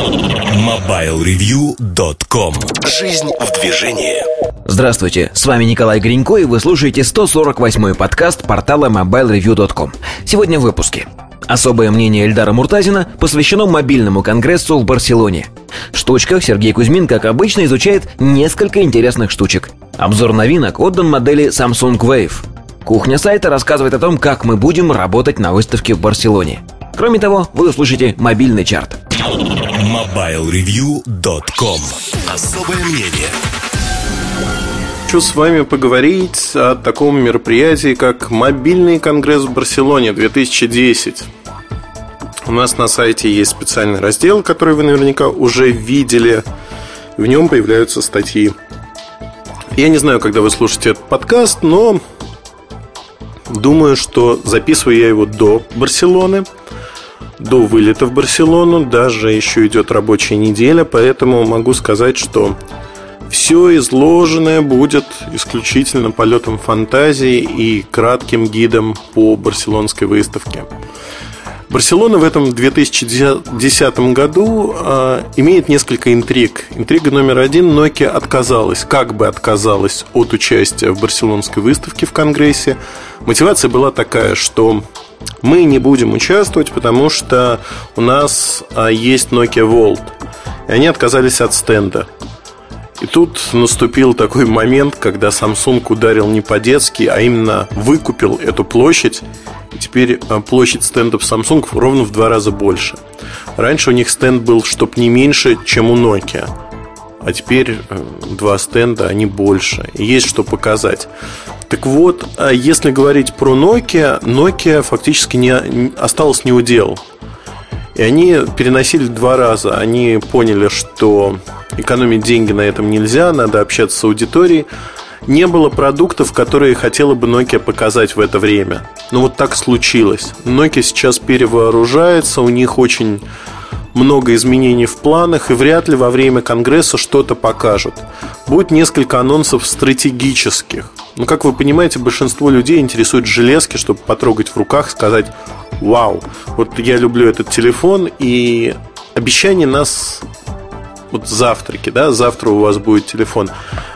MobileReview.com. Жизнь в движении. Здравствуйте, с вами Николай Гринько, и вы слушаете 148-й подкаст портала MobileReview.com. Сегодня в выпуске. Особое мнение Эльдара Муртазина посвящено мобильному конгрессу в Барселоне. В штучках Сергей Кузьмин, как обычно, изучает несколько интересных штучек. Обзор новинок отдан модели Samsung Wave. Кухня сайта рассказывает о том, как мы будем работать на выставке в Барселоне. Кроме того, вы услышите мобильный чарт. MobileReview.com. Особое мнение. Хочу с вами поговорить о таком мероприятии, как Мобильный конгресс в Барселоне 2010. У нас на сайте есть специальный раздел, который вы наверняка уже видели. В нем появляются статьи. Я не знаю, когда вы слушаете этот подкаст, но думаю, что записываю я его до Барселоны, до вылета в Барселону. Даже еще идет рабочая неделя, поэтому могу сказать, что все изложенное будет исключительно полетом фантазии и кратким гидом по барселонской выставке. Барселона в этом 2010 году имеет несколько интриг. Интрига номер один: Nokia отказалась, как бы отказалась от участия в барселонской выставке в Конгрессе. Мотивация была такая, что мы не будем участвовать, потому что у нас есть Nokia Volt. И они отказались от стенда. И тут наступил такой момент, когда Samsung ударил не по-детски, а именно выкупил эту площадь. И теперь площадь стендов Samsung ровно в 2 раза больше. Раньше у них стенд был чтоб не меньше, чем у Nokia. А теперь 2 стенда, они больше. И есть что показать. Так вот, если говорить про Nokia фактически осталась неудел. И они переносили 2 раза. Они поняли, что экономить деньги на этом нельзя, надо общаться с аудиторией. Не было продуктов, которые хотела бы Nokia показать в это время. Но вот так случилось. Nokia сейчас перевооружается, у них очень много изменений в планах, и вряд ли во время конгресса что-то покажут. Будет несколько анонсов стратегических. Но, как вы понимаете, большинство людей интересует железки, чтобы потрогать в руках, сказать: вау, вот я люблю этот телефон. И обещание нас... Вот завтраки, да, завтра у вас будет телефон.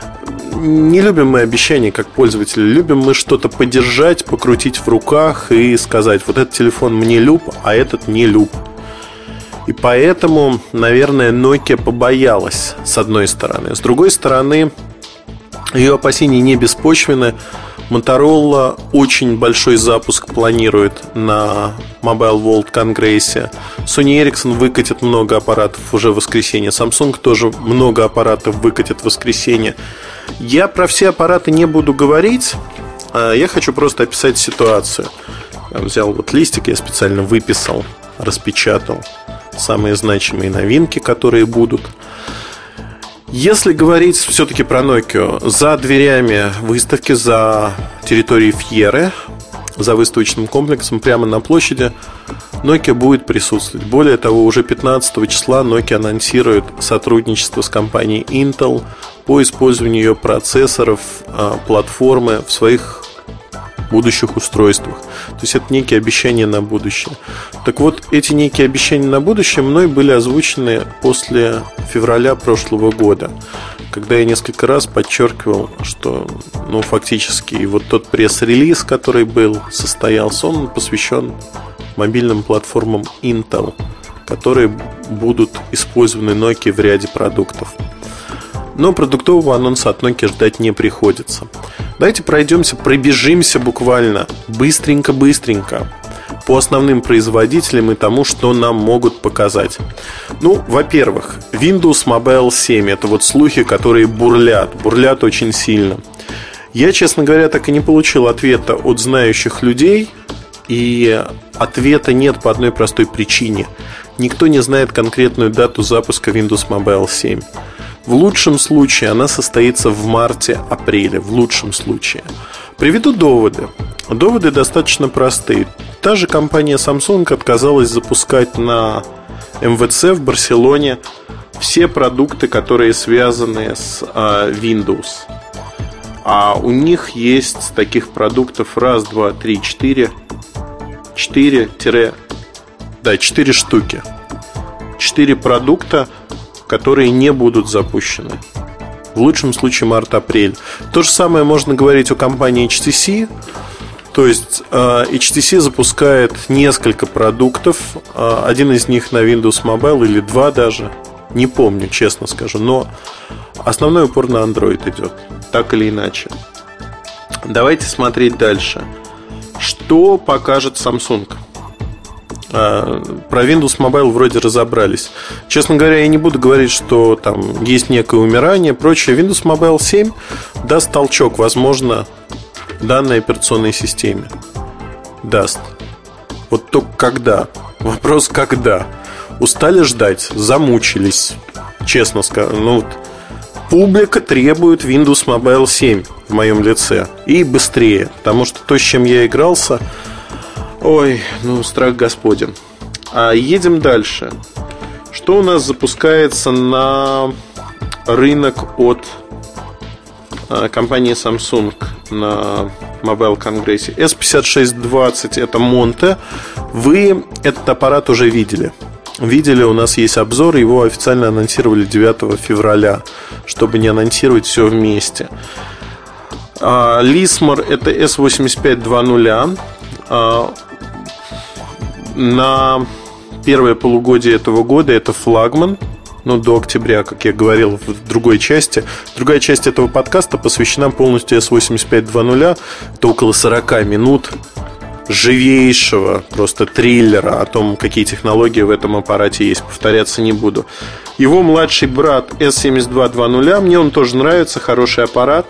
Не любим мы обещания как пользователи. Любим мы что-то подержать, покрутить в руках и сказать: вот этот телефон мне люб, а этот не люб. И поэтому, наверное, Nokia побоялась, с одной стороны. С другой стороны, ее опасения не беспочвены. Motorola очень большой запуск планирует на Mobile World Конгрессе. Sony Ericsson выкатит много аппаратов уже в воскресенье. Samsung тоже много аппаратов выкатит в воскресенье. Я про все аппараты не буду говорить. Я хочу просто описать ситуацию. Я взял вот листик, я специально выписал, распечатал самые значимые новинки, которые будут. Если говорить все-таки про Nokia, за дверями выставки, за территорией Фьеры, за выставочным комплексом, прямо на площади, Nokia будет присутствовать. Более того, уже 15 числа Nokia анонсирует сотрудничество с компанией Intel по использованию ее процессоров, платформы в своих будущих устройствах. То есть это некие обещания на будущее. Так вот, эти некие обещания на будущее мной были озвучены после февраля прошлого года, когда я несколько раз подчеркивал, что фактически вот тот пресс-релиз, который состоялся, он посвящен мобильным платформам Intel, которые будут использованы Nokia в ряде продуктов. Но продуктового анонса от Nokia ждать не приходится. Давайте пробежимся буквально быстренько по основным производителям и тому, что нам могут показать. Во-первых, Windows Mobile 7. Это вот слухи, которые бурлят очень сильно. Я, честно говоря, так и не получил ответа от знающих людей. И ответа нет по одной простой причине. Никто не знает конкретную дату запуска Windows Mobile 7. В лучшем случае она состоится в марте-апреле. В лучшем случае. Приведу доводы. Доводы достаточно простые. Та же компания Samsung отказалась запускать на МВЦ в Барселоне все продукты, которые связаны с Windows. А у них есть таких продуктов 4 штуки. 4 продукта, которые не будут запущены. В лучшем случае март-апрель. То же самое можно говорить о компании HTC. То есть HTC запускает несколько продуктов. Один из них на Windows Mobile или 2 даже. Не помню, честно скажу. Но основной упор на Android идет. Так или иначе. Давайте смотреть дальше. Что покажет Samsung? Про Windows Mobile вроде разобрались. Честно говоря, я не буду говорить, что там есть некое умирание, прочее. Windows Mobile 7 даст толчок, возможно, данной операционной системе. Даст. Вот только когда? Вопрос когда? Устали ждать? Замучились. Честно скажу. Вот, публика требует Windows Mobile 7 в моем лице. И быстрее. Потому что то, с чем я игрался... Ой, страх Господень. Едем дальше. Что у нас запускается на рынок от компании Samsung на Mobile Конгрессе? S5620 это Monte. Вы этот аппарат уже видели. У нас есть обзор. Его официально анонсировали 9 февраля, чтобы не анонсировать все вместе. Lismor это S8520. На первое полугодие этого года это флагман. До октября, как я говорил в другой части. Другая часть этого подкаста посвящена полностью S8520. Это около 40 минут живейшего просто триллера о том, какие технологии в этом аппарате есть. Повторяться не буду. Его младший брат S7220. Мне он тоже нравится, хороший аппарат.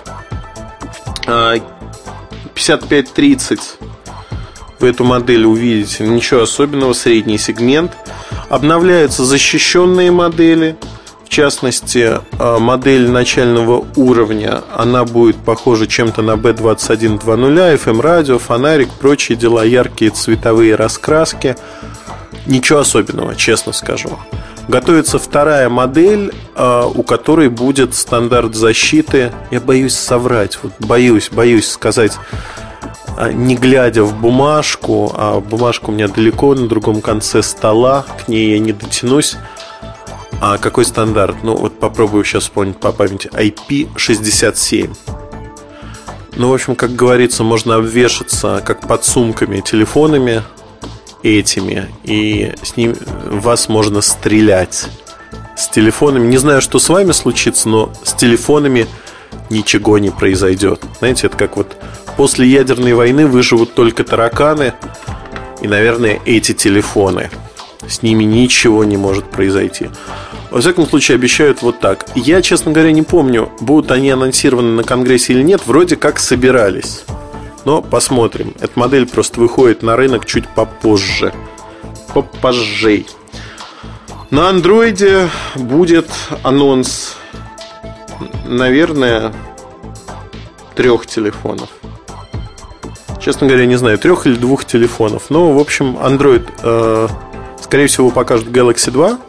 5530. Вы эту модель увидите, ничего особенного, средний сегмент. Обновляются защищенные модели. В частности, модель начального уровня, она будет похожа чем-то на B2120, FM-радио, фонарик, прочие дела, яркие цветовые раскраски. Ничего особенного, честно скажу. Готовится вторая модель, у которой будет стандарт защиты. Я боюсь соврать, боюсь сказать, не глядя в бумажку, а бумажка у меня далеко, на другом конце стола, к ней я не дотянусь. А какой стандарт? Попробую сейчас вспомнить по памяти. IP67. В общем, как говорится, можно обвешаться как под сумками телефонами этими, и с ним вас можно стрелять. С телефонами, не знаю, что с вами случится, но с телефонами ничего не произойдет. Знаете, это как после ядерной войны выживут только тараканы и, наверное, эти телефоны. С ними ничего не может произойти. Во всяком случае, обещают вот так. Я, честно говоря, не помню, будут они анонсированы на конгрессе или нет. Вроде как собирались. Но посмотрим. Эта модель просто выходит на рынок чуть попозже. Попозже. На андроиде будет анонс, наверное, 3 телефонов. Честно говоря, не знаю, 3 или 2 телефонов. Но, в общем, Android, скорее всего, покажут Galaxy 2.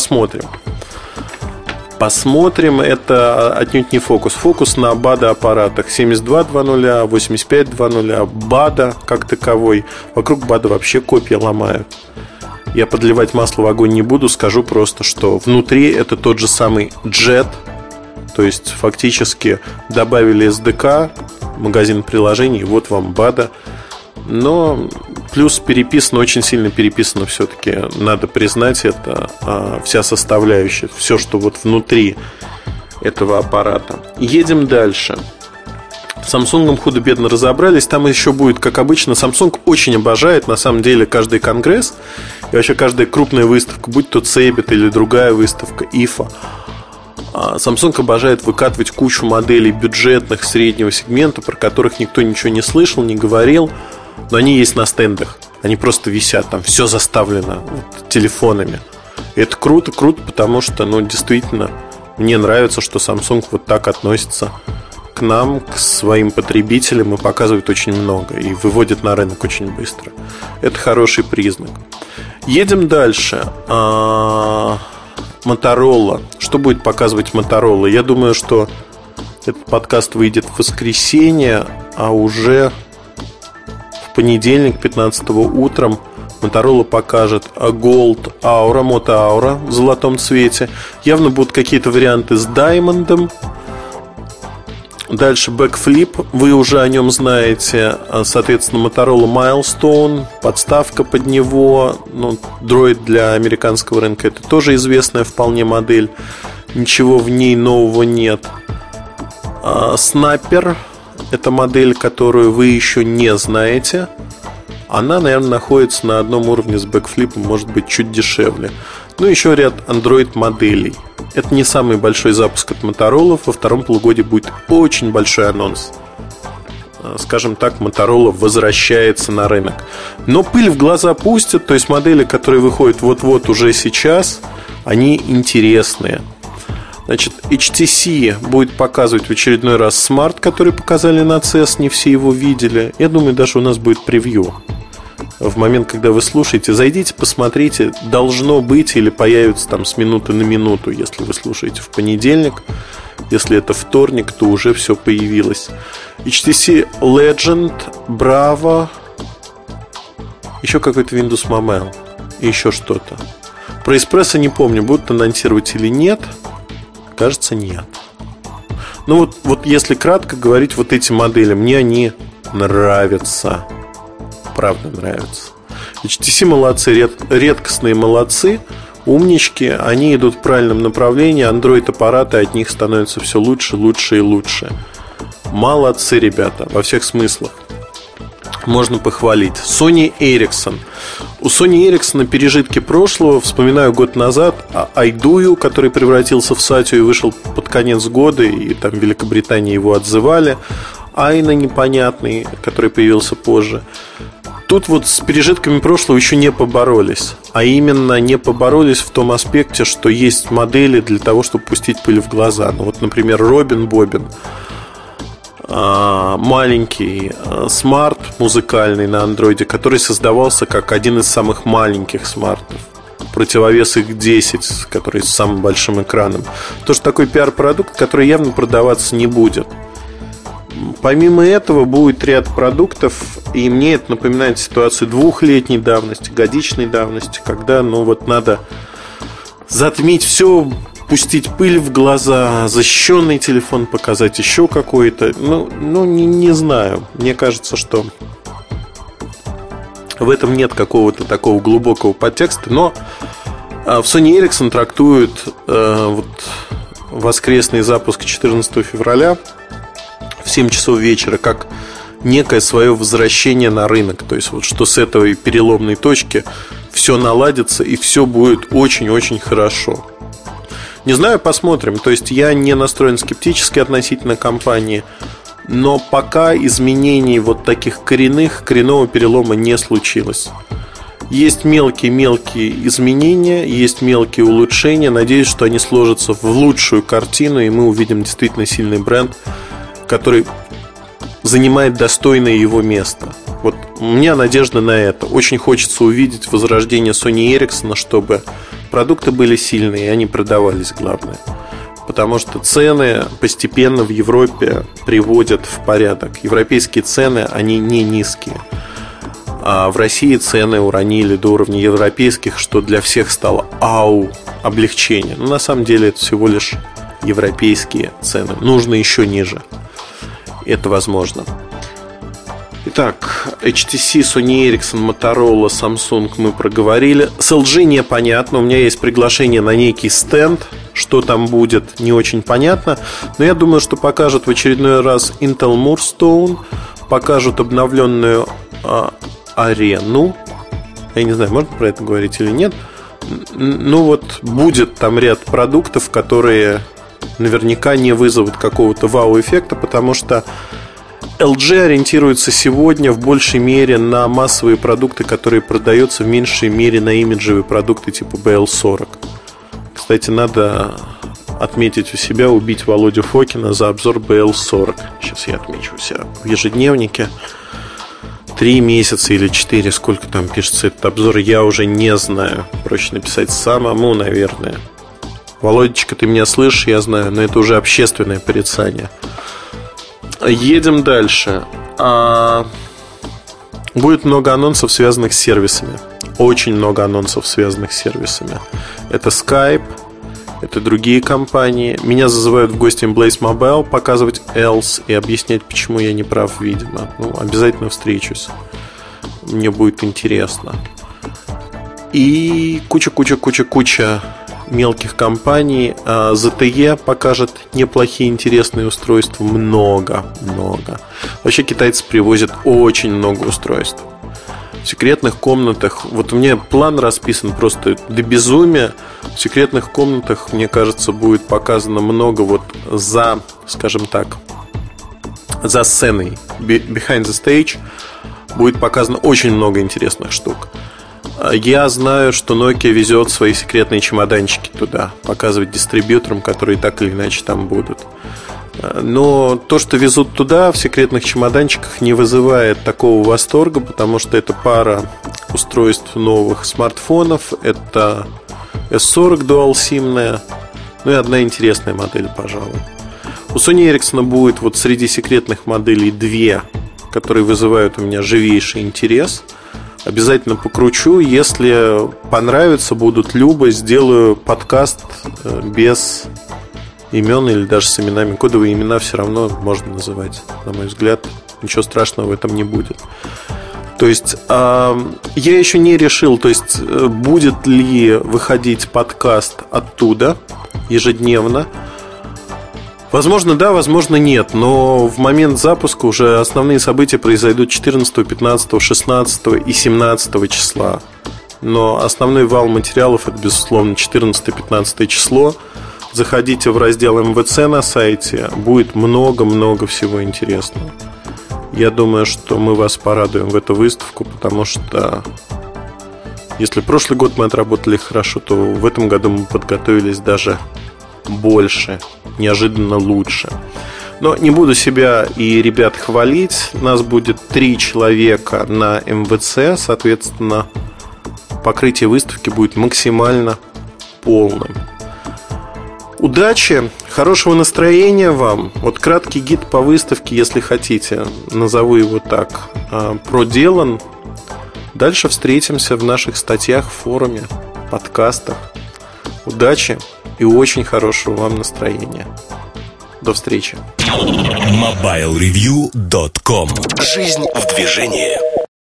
Посмотрим, это отнюдь не фокус. Фокус на BADA аппаратах 7220, 8520, BADA как таковой. Вокруг BADA вообще копья ломают. Я подливать масло в огонь не буду. Скажу просто, что внутри это тот же самый JET. То есть фактически добавили SDK, магазин приложений. Вот вам BADA. Но плюс переписано, очень сильно переписано все-таки, надо признать, это вся составляющая, все, что внутри этого аппарата. Едем дальше. С Samsung худо-бедно разобрались. Там еще будет, как обычно, Samsung очень обожает, на самом деле, каждый конгресс и вообще каждая крупная выставка, будь то CeBIT или другая выставка, IFA. Samsung обожает выкатывать кучу моделей бюджетных, среднего сегмента, про которых никто ничего не слышал, не говорил. Но они есть на стендах. Они просто висят, там все заставлено телефонами. И это круто, потому что, действительно, мне нравится, что Samsung вот так относится к нам, к своим потребителям, и показывает очень много, и выводит на рынок очень быстро. Это хороший признак. Едем дальше. Motorola. Что будет показывать Motorola? Я думаю, что этот подкаст выйдет в воскресенье, а уже в понедельник, 15-го утром, Motorola покажет Gold Aura, Moto Aura в золотом цвете. Явно будут какие-то варианты с Diamond. Дальше Backflip, вы уже о нем знаете. Соответственно, Motorola Milestone, подставка под него. Droid для американского рынка — это тоже известная вполне модель. Ничего в ней нового нет. Snapper — это модель, которую вы еще не знаете. Она, наверное, находится на одном уровне с Backflip, может быть, чуть дешевле. Еще ряд Android моделей. Это не самый большой запуск от Motorola. Во втором полугодии будет очень большой анонс. Скажем так, Motorola возвращается на рынок. Но пыль в глаза пустят. То есть модели, которые выходят вот-вот уже сейчас, они интересные. Значит, HTC будет показывать в очередной раз смарт, который показали на CES. Не все его видели. Я думаю, даже у нас будет превью. В момент, когда вы слушаете, зайдите, посмотрите. Должно быть или появится там с минуты на минуту. Если вы слушаете в понедельник. Если это вторник, то уже все появилось. HTC Legend, Bravo. Еще какой-то Windows Mobile. И еще что-то. Про Espresso не помню, будут анонсировать или нет. Кажется, нет. Вот если кратко говорить, вот эти модели, мне они нравятся. Правда нравятся. HTC молодцы, редкостные молодцы, умнички. Они идут в правильном направлении. Android-аппараты от них становятся все лучше, лучше и лучше. Молодцы, ребята, во всех смыслах. Можно похвалить. Sony Ericsson. У Sony Ericsson пережитки прошлого. Вспоминаю год назад Айдую, который превратился в Сатию и вышел под конец года, и там в Великобритании его отзывали. Айна непонятный, который появился позже. Тут вот с пережитками прошлого еще не поборолись. А именно не поборолись в том аспекте, что есть модели для того, чтобы пустить пыль в глаза. Например, Робин Бобин. Маленький смарт музыкальный на андроиде, который создавался как один из самых маленьких смартов. Противовес X10, который с самым большим экраном. Тоже такой пиар-продукт, который явно продаваться не будет. Помимо этого будет ряд продуктов, и мне это напоминает ситуацию двухлетней давности, годичной давности, когда надо затмить все, пустить пыль в глаза, защищенный телефон показать, еще какой-то. Не знаю. Мне кажется, что в этом нет какого-то такого глубокого подтекста. Но в Sony Ericsson трактуют воскресный запуск 14 февраля в 7 часов вечера как некое свое возвращение на рынок. То есть что с этой переломной точки все наладится и все будет очень-очень хорошо. Не знаю, посмотрим. То есть я не настроен скептически относительно компании, но пока изменений таких коренного перелома не случилось. Есть мелкие изменения, есть мелкие улучшения. Надеюсь, что они сложатся в лучшую картину, и мы увидим действительно сильный бренд, который занимает достойное его место. У меня надежда на это. Очень хочется увидеть возрождение Sony Ericsson, чтобы продукты были сильные и они продавались, главное. Потому что цены постепенно в Европе приводят в порядок. Европейские цены, они не низкие. А в России цены уронили до уровня европейских, что для всех стало облегчение. Но на самом деле это всего лишь европейские цены. Нужно еще ниже. Это возможно. Итак, HTC, Sony Ericsson, Motorola, Samsung мы проговорили. С LG непонятно. У меня есть приглашение на некий стенд. Что там будет, не очень понятно. Но я думаю, что покажут в очередной раз Intel Moorstone. Покажут обновленную арену. Я не знаю, можно про это говорить или нет. Будет там ряд продуктов, которые наверняка не вызовут какого-то вау-эффекта, потому что LG ориентируется сегодня в большей мере на массовые продукты, которые продаются в меньшей мере на имиджевые продукты типа BL40. Кстати, надо отметить у себя, убить Володю Фокина за обзор BL40. Сейчас я отмечу у себя в ежедневнике. 3 месяца или 4, сколько там пишется этот обзор, я уже не знаю. Проще написать самому, наверное. Володечка, ты меня слышишь, я знаю, но это уже общественное порицание. Едем дальше. Будет много анонсов, связанных с сервисами. Очень много анонсов, связанных с сервисами. Это Skype, это другие компании. Меня зазывают в гости Blaze Mobile показывать Else и объяснять, почему я не прав, видимо. Обязательно встречусь. Мне будет интересно. И куча мелких компаний. ZTE покажет неплохие, интересные устройства. Много. Вообще китайцы привозят очень много устройств. В секретных комнатах, вот у меня план расписан просто до безумия. В секретных комнатах, мне кажется, будет показано много вот за, скажем так, за сценой, behind the stage, будет показано очень много интересных штук. Я знаю, что Nokia везет свои секретные чемоданчики туда, показывать дистрибьюторам, которые так или иначе там будут. Но то, что везут туда в секретных чемоданчиках, не вызывает такого восторга, потому что это пара устройств новых смартфонов. Это S40 Dual SIM-ная, ну и одна интересная модель, пожалуй. У Sony Ericsson будет вот среди секретных моделей две, которые вызывают у меня живейший интерес. Обязательно покручу. Если понравится, будут любо, сделаю подкаст без имен или даже с именами. Кодовые имена все равно можно называть, на мой взгляд. Ничего страшного в этом не будет. То есть я еще не решил, то есть будет ли выходить подкаст оттуда ежедневно. Возможно, да, возможно, нет. Но в момент запуска уже основные события произойдут 14, 15, 16 и 17 числа. Но основной вал материалов — это, безусловно, 14-15 число. Заходите в раздел МВЦ на сайте. Будет много-много всего интересного. Я думаю, что мы вас порадуем в эту выставку, потому что если прошлый год мы отработали хорошо, то в этом году мы подготовились даже больше, неожиданно лучше. Но не буду себя и ребят хвалить. Нас будет 3 человека на МВЦ. Соответственно, покрытие выставки будет максимально полным. Удачи, хорошего настроения вам. Вот краткий гид по выставке, если хотите, назову его так, проделан. Дальше встретимся в наших статьях, в форуме, подкастах. Удачи и очень хорошего вам настроения. До встречи. MobileReview.com. Жизнь в движении.